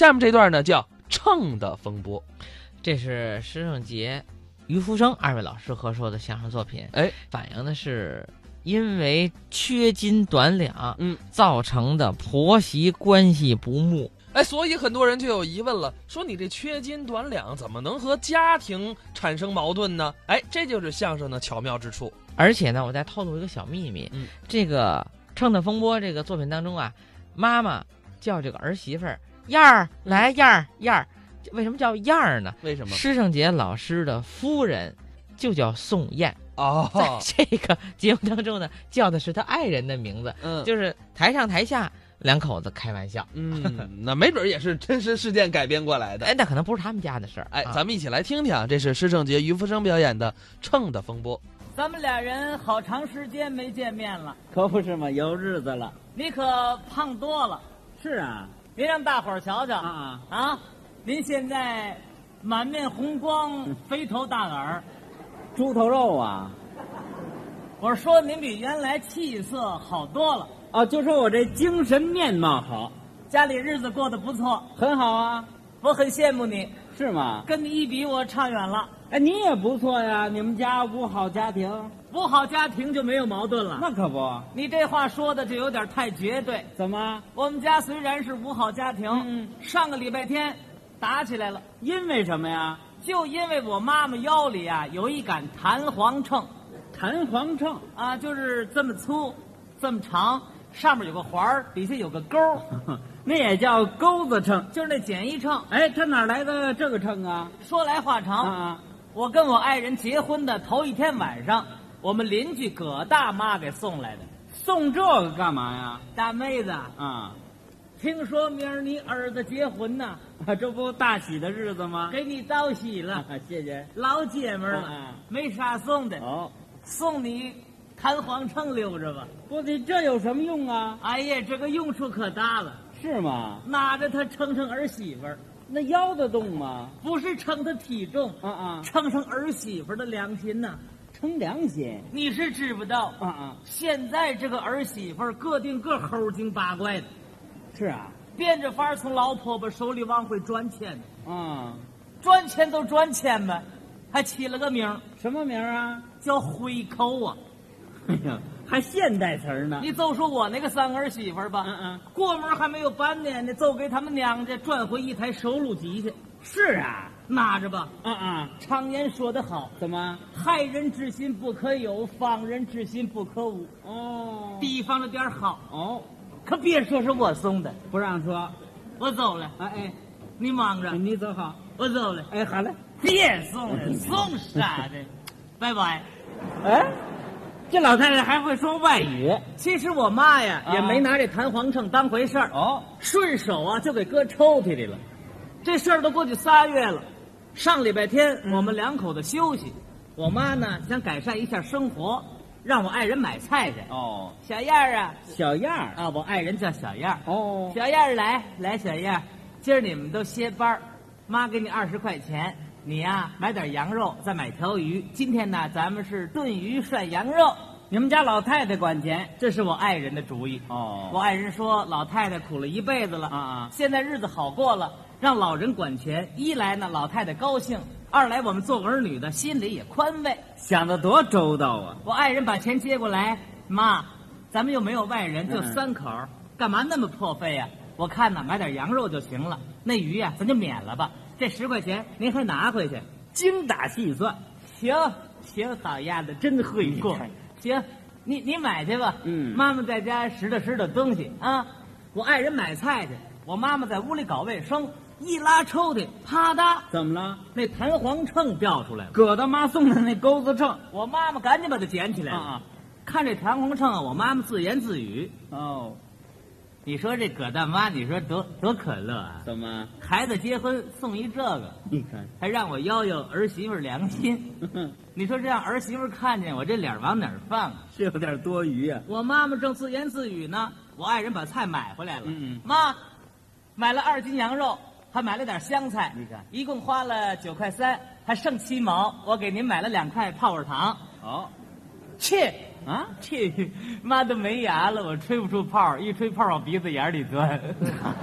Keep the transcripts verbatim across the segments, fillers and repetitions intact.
下面这段呢叫秤的风波， 这是施圣杰、于福生二位老师合说的相声作品， 哎， 反映的是因为缺斤短两， 嗯， 造成的婆媳关系不睦。 哎，所以很多人就有疑问了，说你这缺斤短两怎么能和家庭产生矛盾呢？哎，这就是相声的巧妙之处。 而且呢，我再透露一个小秘密， 嗯， 这个《秤的风波》这个作品当中啊，妈妈叫这个儿媳妇儿燕儿来，燕儿燕儿，为什么叫燕儿呢？ 为什么？ 施圣杰老师的夫人就叫宋燕。 哦， 在这个节目当中呢，叫的是他爱人的名字， 嗯， 就是台上台下两口子开玩笑， 嗯，那没准也是真实事件改编过来的。 哎，那可能不是他们家的事儿。 哎， 啊、 咱们一起来听听啊，这是施圣杰、于福生表演的《秤的风波》。 咱们俩人好长时间没见面了， 可不是嘛，有日子了。 你可胖多了。 是啊， 您让大伙儿瞧瞧啊啊！您现在满面红光，肥头大耳， 猪头肉啊！ 我说您比原来气色好多了。 哦，就说我这精神面貌好， 家里日子过得不错， 很好啊。 我很羡慕你。 是吗？ 跟你一比，我差远了。 哎，你也不错呀，你们家五好家庭， 五好家庭就没有矛盾了。 那可不。 你这话说的就有点太绝对。 怎么？ 我们家虽然是五好家庭， 嗯， 上个礼拜天打起来了。 因为什么呀？ 就因为我妈妈腰里啊有一杆弹簧秤。 弹簧秤啊，就是这么粗，这么长，上面有个环儿，底下有个钩那也叫钩子秤， 就是那简易秤。 哎，它哪来的这个秤啊？ 说来话长啊， 我跟我爱人结婚的头一天晚上，我们邻居葛大妈给送来的。 送这个干嘛呀？ 大妹子啊， 听说明儿你儿子结婚呢， 啊，这不大喜的日子吗？ 给你道喜了， 啊、谢谢。 老姐们了， 啊、 没啥送的。 哦， 送你弹簧秤溜着吧。 不，你这有什么用啊？ 哎呀，这个用处可大了。 是吗？ 拿着它称称儿媳妇儿， 那腰得动吗？ 不是称她体重， 啊啊， 称称儿媳妇儿的良心呐、啊， 称良心。 你是知不道啊啊， 现在这个儿媳妇儿个定个齁精八怪的。 是啊， 变着法儿从老婆婆手里往回赚钱啊， 赚钱都赚钱呗，还起了个名儿， 什么名儿啊？ 叫回扣啊。 哎呀，还现代词儿呢。 你就说我那个三儿媳妇儿吧， 嗯嗯， 过门还没有半年呢，就给他们娘家转回一台收录机去。 是啊， 拿着吧。 啊啊， 常言说得好， 怎么？ 害人之心不可有，防人之心不可无。 哦， 提防着点好哦， 可别说是我送的， 不让说。 我走了。 哎哎， 你忙着， 你走好， 我走了。 哎，好嘞， 别送了，送啥的？拜拜。 哎，这老太太还会说外语。 其实我妈呀、 啊、 也没拿这弹簧秤当回事儿， 哦， 顺手啊就给搁抽屉里了。这事儿都过去仨月了，上礼拜天、嗯、我们两口子休息，我妈呢想改善一下生活，让我爱人买菜去。 哦， 小燕儿啊， 小燕儿啊，我爱人叫小燕儿。 哦， 小燕儿来来，小燕儿，今儿你们都歇班儿，妈给你二十块钱，你呀、啊、买点羊肉，再买条鱼。今天呢，咱们是炖鱼涮羊肉。 你们家老太太管钱， 这是我爱人的主意。 哦， 我爱人说老太太苦了一辈子了啊啊， 现在日子好过了，让老人管钱，一来呢老太太高兴，二来我们做儿女的心里也宽慰。 想得多周到啊！ 我爱人把钱接过来，妈，咱们又没有外人，就三口，嗯、干嘛那么破费呀、啊？我看呢买点羊肉就行了，那鱼呀、啊、咱就免了吧。这十块钱您还拿回去， 精打细算。 行行，好丫头真会过。行，你你买去吧。 嗯， 妈妈在家拾掇拾掇东西啊。我爱人买菜去，我妈妈在屋里搞卫生，一拉抽屉，啪嗒， 怎么了？ 那弹簧秤掉出来了。 葛大妈送的那钩子秤， 我妈妈赶紧把它捡起来了。 啊， 看这弹簧秤啊，我妈妈自言自语：“ 哦， 你说这葛大妈，你说多多可乐啊！ 怎么？ 孩子结婚送一这个， 你看， 还让我摇摇儿媳妇良心。你说这让儿媳妇看见我这脸往哪儿放？ 是有点多余啊。 我妈妈正自言自语呢，我爱人把菜买回来了。 嗯嗯， 妈，买了二斤羊肉，还买了点香菜， 你看， 一共花了九块三，还剩七毛。我给您买了两块泡泡糖。 哦， 切啊， 切，妈都没牙了，我吹不出泡，一吹泡往鼻子眼里钻。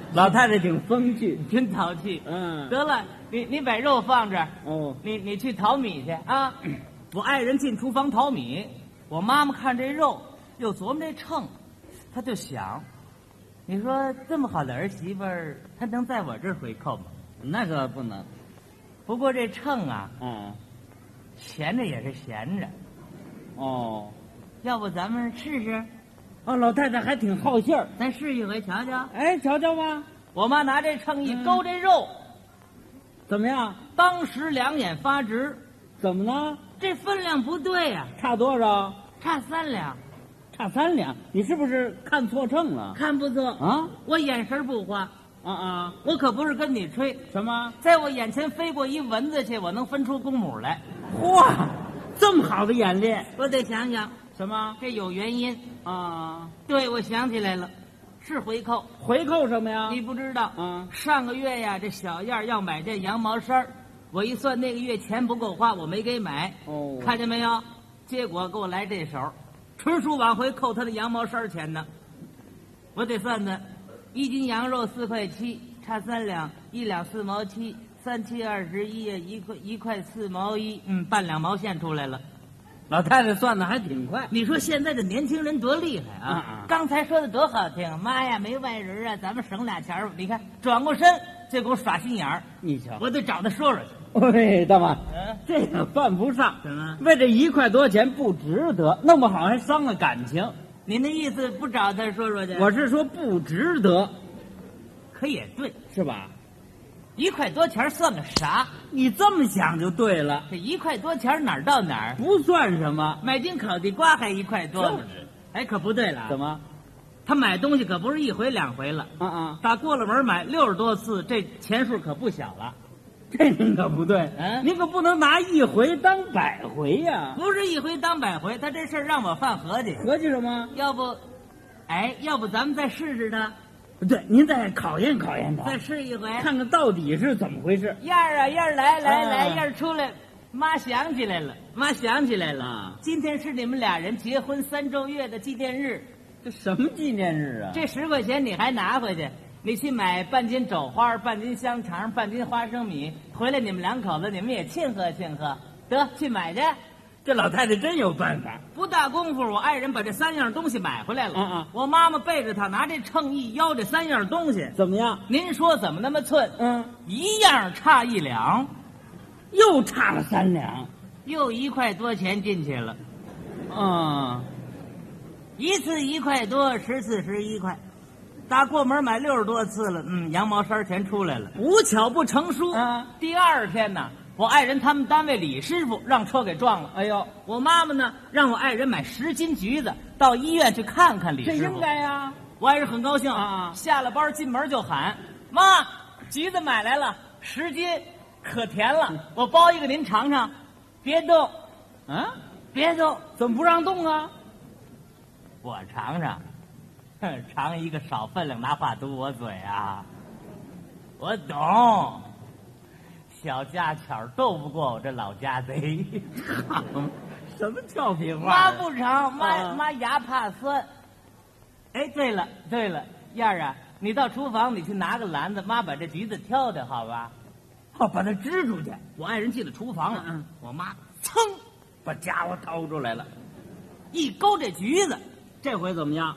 老太太挺风趣。 真淘气。 嗯， 得了，你你把肉放这儿， 哦， 你你去淘米去啊！我爱人进厨房淘米，我妈妈看这肉，又琢磨这秤，她就想，你说这么好的儿媳妇儿，她能在我这儿回扣吗？ 那个不能。 不过这秤啊， 嗯， 闲着也是闲着， 哦， 要不咱们试试？ 哦，老太太还挺好信儿。 咱试一回瞧瞧。 哎，瞧瞧吧， 我妈拿这秤一勾这肉， 怎么样？ 当时两眼发直， 怎么呢？ 这分量不对呀、 差多少？ 差三两， 差三两。你是不是看错秤了？ 看不错啊我眼神不花， 啊啊！ 我可不是跟你吹， 什么？ 在我眼前飞过一蚊子去，我能分出公母来。 嚯，这么好的眼力？ 我得想想， 什么？ 这有原因。 啊， 对，我想起来了，是回扣。 回扣什么呀？ 你不知道， 嗯上个月呀，这小燕儿要买这羊毛衫儿，我一算那个月钱不够花，我没给买。 哦看见没有？结果给我来这手，纯属往回扣他的羊毛衫儿钱呢。我得算算，一斤羊肉四块七，差三两，一两四毛七，三七二十一呀，一块一块四毛一，嗯，半两毛线出来了。 老太太算的还挺快。 你说现在的年轻人多厉害啊！ 啊啊刚才说的多好听，妈呀，没外人啊，咱们省俩钱儿吧。你看，转过身就给我耍心眼儿， 你瞧， 我得找他说说去。 喂，大妈， 嗯， 这个犯不上。 怎么？ 为这一块多钱不值得，弄不好还伤了感情。 您的意思不找他说说去？ 我是说不值得， 可也对， 是吧？ 一块多钱儿算个啥？ 你这么想就对了， 这一块多钱儿哪儿到哪儿？ 不算什么。 买斤烤地瓜还一块多呢。 就是哎，可不对了， 怎么？ 他买东西可不是一回两回了， 啊啊， 打过了门买六十多次，这钱数可不小了。 这您可不对， 嗯您可不能拿一回当百回呀、 不是一回当百回，他这事儿让我犯合计。 合计什么？ 要不，哎，要不咱们再试试他， 对，您再考验考验他， 再试一回。 看看到底是怎么回事。 燕儿啊，燕儿来来啊来，燕儿出来。妈想起来了，妈想起来了， 啊今天是你们俩人结婚三周月的纪念日， 这什么纪念日啊？ 这十块钱你还拿回去，你去买半斤肘花、半斤香肠、半斤花生米，回来你们两口子你们也庆贺庆贺。得去买去， 这老太太真有办法。 不大功夫，我爱人把这三样东西买回来了。 嗯嗯我妈妈背着他拿这秤一腰，这三样东西， 怎么样？ 您说怎么那么寸？ 嗯， 一样差一两， 又差了三两。 又一块多钱进去了。 啊， 一次一块多，十次十一块，打过门买六十多次了。嗯，羊毛衫钱出来了。无巧不成书啊！ 第二天呢，我爱人他们单位李师傅让车给撞了。 哎呦， 我妈妈呢，让我爱人买十斤橘子到医院去看看李这师傅。 应该呀。 我爱人很高兴啊下了班进门就喊：“妈，橘子买来了，十斤，可甜了，我包一个您尝尝。别动， 啊， 别动。” 怎么不让动啊？ 我尝尝，哼，尝一个少分量，拿话堵我嘴啊！我懂，小家巧斗不过我这老家贼。 什么俏皮话、 妈不成，妈、 啊妈牙怕酸。哎，对了对了，燕儿啊，你到厨房你去拿个篮子，妈把这橘子挑挑，好吧？ 哦，把它支出去。 我爱人进了厨房了， 嗯嗯我妈噌把家伙掏出来了。 一勾这橘子， 这回怎么样？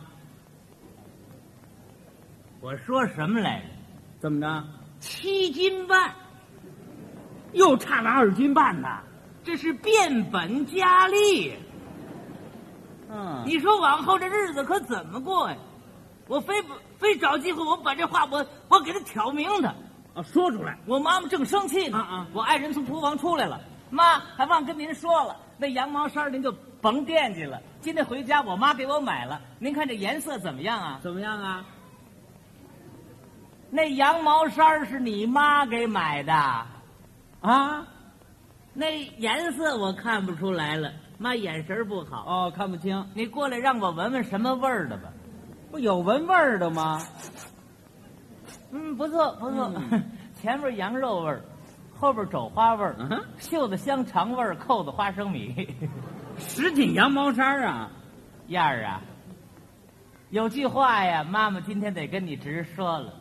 我说什么来着？ 怎么着？ 七斤半。 又差了二斤半呢。 这是变本加厉， 嗯， 你说往后这日子可怎么过呀？我非不非找机会，我把这话我我给他挑明他。 啊，说出来。 我妈妈正生气呢， 啊啊我爱人从厨房出来了，妈还忘跟您说了，那羊毛衫您就甭惦记了。今天回家我妈给我买了，您看这颜色怎么样啊？ 怎么样啊？ 那羊毛衫是你妈给买的， 啊？ 那颜色我看不出来了，妈眼神不好。 哦，看不清。 你过来让我闻闻什么味儿的吧。 不有闻味儿的吗？ 嗯，不错不错， 嗯前面羊肉味儿，后边肘花味儿， 嗯哼袖子香肠味儿，扣子花生米。 十斤羊毛衫啊！ 燕儿啊，有句话呀，妈妈今天得跟你直说了。 啊，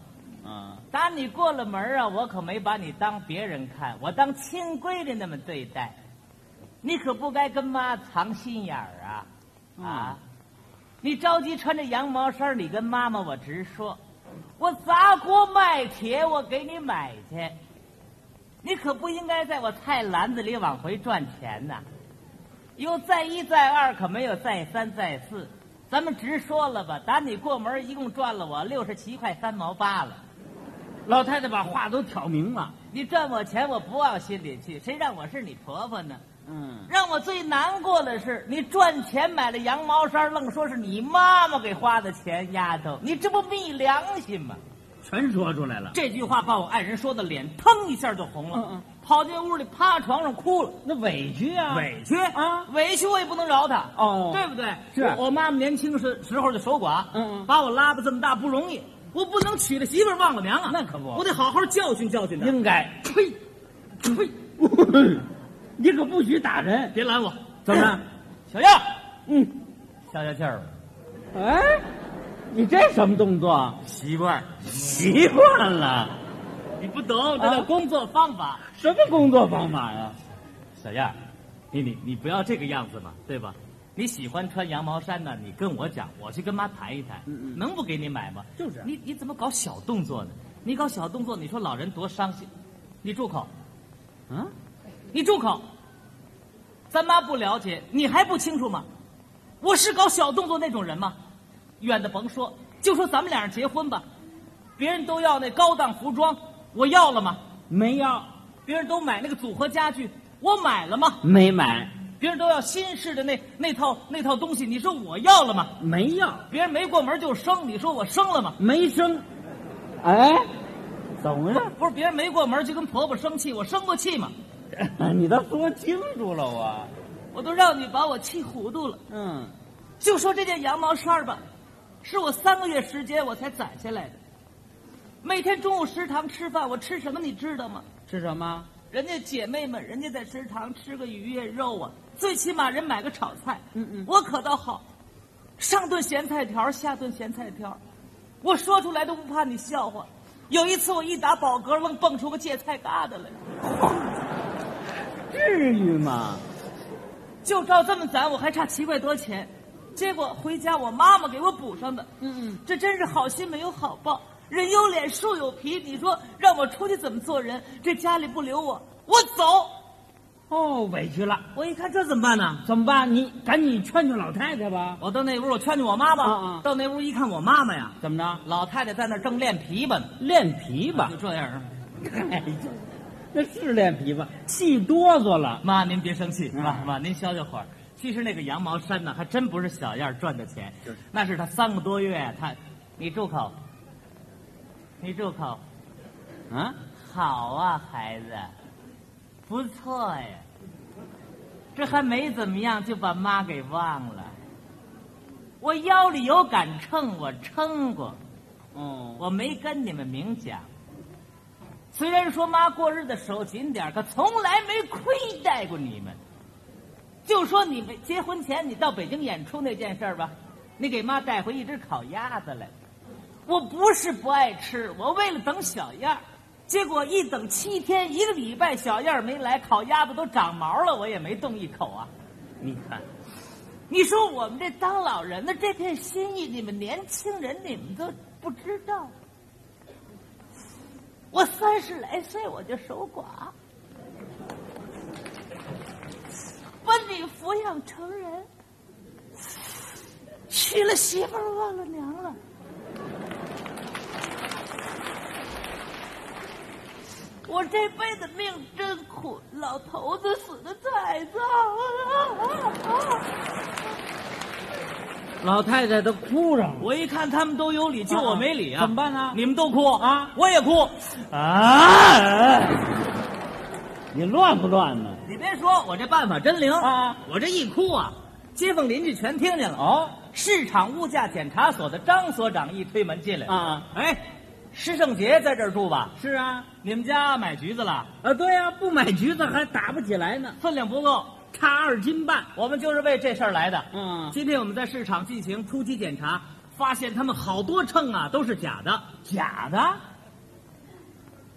啊， 打你过了门啊，我可没把你当别人看，我当亲闺女那么对待。你可不该跟妈藏心眼儿啊！啊，你着急穿着羊毛衫，你跟妈妈我直说，我砸锅卖铁，我给你买去。你可不应该在我菜篮子里往回赚钱呐！有再一再二，可没有再三再四。咱们直说了吧，打你过门一共赚了我六十七块三毛八了。 老太太把话都挑明了。 你赚我钱，我不往心里去，谁让我是你婆婆呢？ 嗯， 让我最难过的是，你赚钱买了羊毛衫，愣说是你妈妈给花的钱，丫头，你这不昧良心吗？ 全说出来了。 这句话把我爱人说的脸腾一下就红了， 嗯嗯， 跑进屋里趴床上哭了。 那委屈啊， 委屈啊， 委屈我也不能饶他哦， 对不对？ 是我我妈妈年轻时时候就守寡， 嗯嗯， 把我拉拔这么大不容易，我不能娶了媳妇忘了娘啊！ 那可不， 我得好好教训教训他。 应该。 呸，呸！ 你可不许打人！ 别拦我， 怎么着？ 小样， 嗯， 消消气儿吧。 哎，你这什么动作？ 习惯， 习惯了。 你不懂，这叫工作方法。 什么工作方法呀？ 小样，你你你不要这个样子嘛，对吧？你喜欢穿羊毛衫呢，你跟我讲，我去跟妈谈一谈， 嗯嗯能不给你买吗？ 就是你你怎么搞小动作呢？你搞小动作，你说老人多伤心。你住口！ 啊， 你住口！咱妈不了解，你还不清楚吗？我是搞小动作那种人吗？远的甭说，就说咱们俩人结婚吧，别人都要那高档服装，我要了吗？ 没要。 别人都买那个组合家具，我买了吗？ 没买。 别人都要新式的那那套那套东西，你说我要了吗？ 没要。 别人没过门就生，你说我生了吗？ 没生。哎，怎么了？ 不是别人没过门就跟婆婆生气，我生过气吗？ 你倒说清楚了啊！ 我都让你把我气糊涂了。 嗯， 就说这件羊毛衫吧，是我三个月时间我才攒下来的。每天中午食堂吃饭，我吃什么你知道吗？ 吃什么？ 人家姐妹们，人家在食堂吃个鱼呀肉啊，最起码人买个炒菜。 嗯嗯， 我可倒好，上顿咸菜条，下顿咸菜条，我说出来都不怕你笑话。有一次我一打饱嗝，愣蹦出个芥菜疙瘩来。 至于吗？ 就照这么攒，我还差七块多钱，结果回家我妈妈给我补上的。 嗯嗯， 这真是好心没有好报，人有脸树有皮。你说让我出去怎么做人？这家里不留我，我走。 哦，委屈了。 我一看这怎么办呢？ 怎么办？你赶紧劝劝老太太吧。 我到那屋，我劝劝我妈妈。 啊啊到那屋一看，我妈妈呀， 怎么着？ 老太太在那儿正练琵琶呢。 练琵琶就。这样啊。 哎，那是练琵琶，气哆嗦了。 妈，您别生气， 嗯妈妈您消消火。其实那个羊毛衫呢，还真不是小燕赚的钱， 就是那是他三个多月他，你住口，你住口。 啊， 好啊，孩子，不错呀。这还没怎么样就把妈给忘了。我腰里有杆秤，我称过， 哦， 我没跟你们明讲。虽然说妈过日子手紧点，可从来没亏待过你们。就说你们结婚前你到北京演出那件事吧，你给妈带回一只烤鸭子来。我不是不爱吃，我为了等小燕儿，结果一等七天一个礼拜，小燕儿没来，烤鸭子都长毛了，我也没动一口啊。 你看， 你说我们这当老人的这片心意，你们年轻人你们都不知道。我三十来岁我就守寡，把你抚养成人，娶了媳妇儿忘了娘了。我这辈子命真苦，老头子死的太早了。 老太太都哭上了。 我一看他们都有理，就我没理啊！ 怎么办呢？ 你们都哭啊， 我也哭啊！你乱不乱呢？ 你别说，我这办法真灵啊！ 我这一哭啊，街坊邻居全听见了。 哦， 市场物价检查所的张所长一推门进来啊， 哎，施圣杰在这儿住吧？ 是啊， 你们家买橘子了？ 啊，对呀、啊，不买橘子还打不起来呢， 分量不够， 差二斤半。 我们就是为这事儿来的。 嗯， 今天我们在市场进行突击检查，发现他们好多秤啊都是假的。 假的？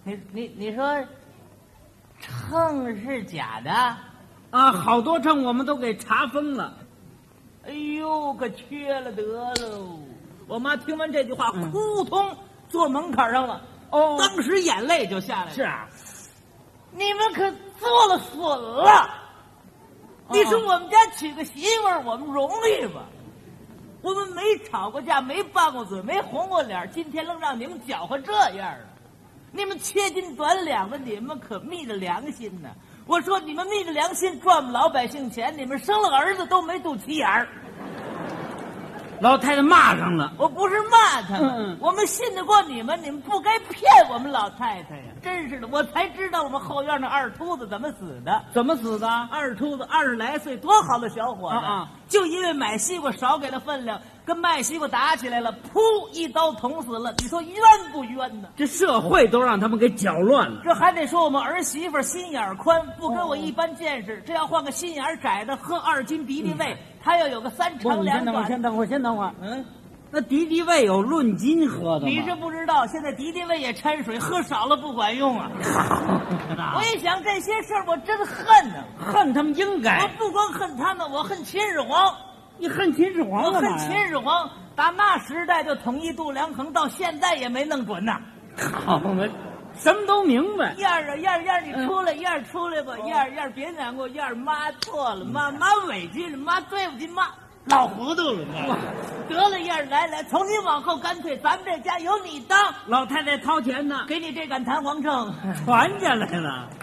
你你你说秤是假的？ 啊，好多秤我们都给查封了。 哎呦，可缺了得喽！我妈听完这句话，扑通坐门槛上了。 哦， 当时眼泪就下来了。 是啊， 你们可做了损了。你说我们家娶个媳妇儿，我们容易吗？我们没吵过架，没拌过嘴，没红过脸，今天愣让你们搅和这样了。你们缺斤短两的，你们可昧着良心呢！我说你们昧着良心赚我们老百姓钱，你们生了儿子都没肚脐眼儿。 老太太骂上了。 我不是骂他们， 嗯、 我们信得过你们，你们不该骗我们老太太呀！真是的，我才知道我们后院那二秃子怎么死的。 怎么死的？ 二秃子二十来岁，多好的小伙子，啊啊就因为买西瓜少给了分量，跟卖西瓜打起来了，噗，一刀捅死了。你说冤不冤呢？ 这社会都让他们给搅乱了。 这还得说我们儿媳妇心眼宽，不跟我一般见识。这要换个心眼窄的，喝二斤敌敌畏，他、嗯、要有个三长两短。 先等会儿，先等会儿。嗯，那敌敌畏有论斤喝的吗？ 你是不知道，现在敌敌畏也掺水，喝少了不管用啊。我一想这些事儿，我真恨呢、 啊，恨他们应该。 我不光恨他们，我恨秦始皇。 你恨秦始皇我恨秦始皇，打那时代就统一度量衡，到现在也没弄准呢。 好嘛，什么都明白。 燕儿啊，燕儿燕儿，你出来，燕儿出来吧，燕儿燕儿别难过，燕儿妈错了，妈妈委屈了，妈对不起妈。老糊涂了，得了，燕儿，来来，从今往后干脆咱们这家由你当。 老太太掏钱呢， 给你这杆弹簧秤， 传下来了。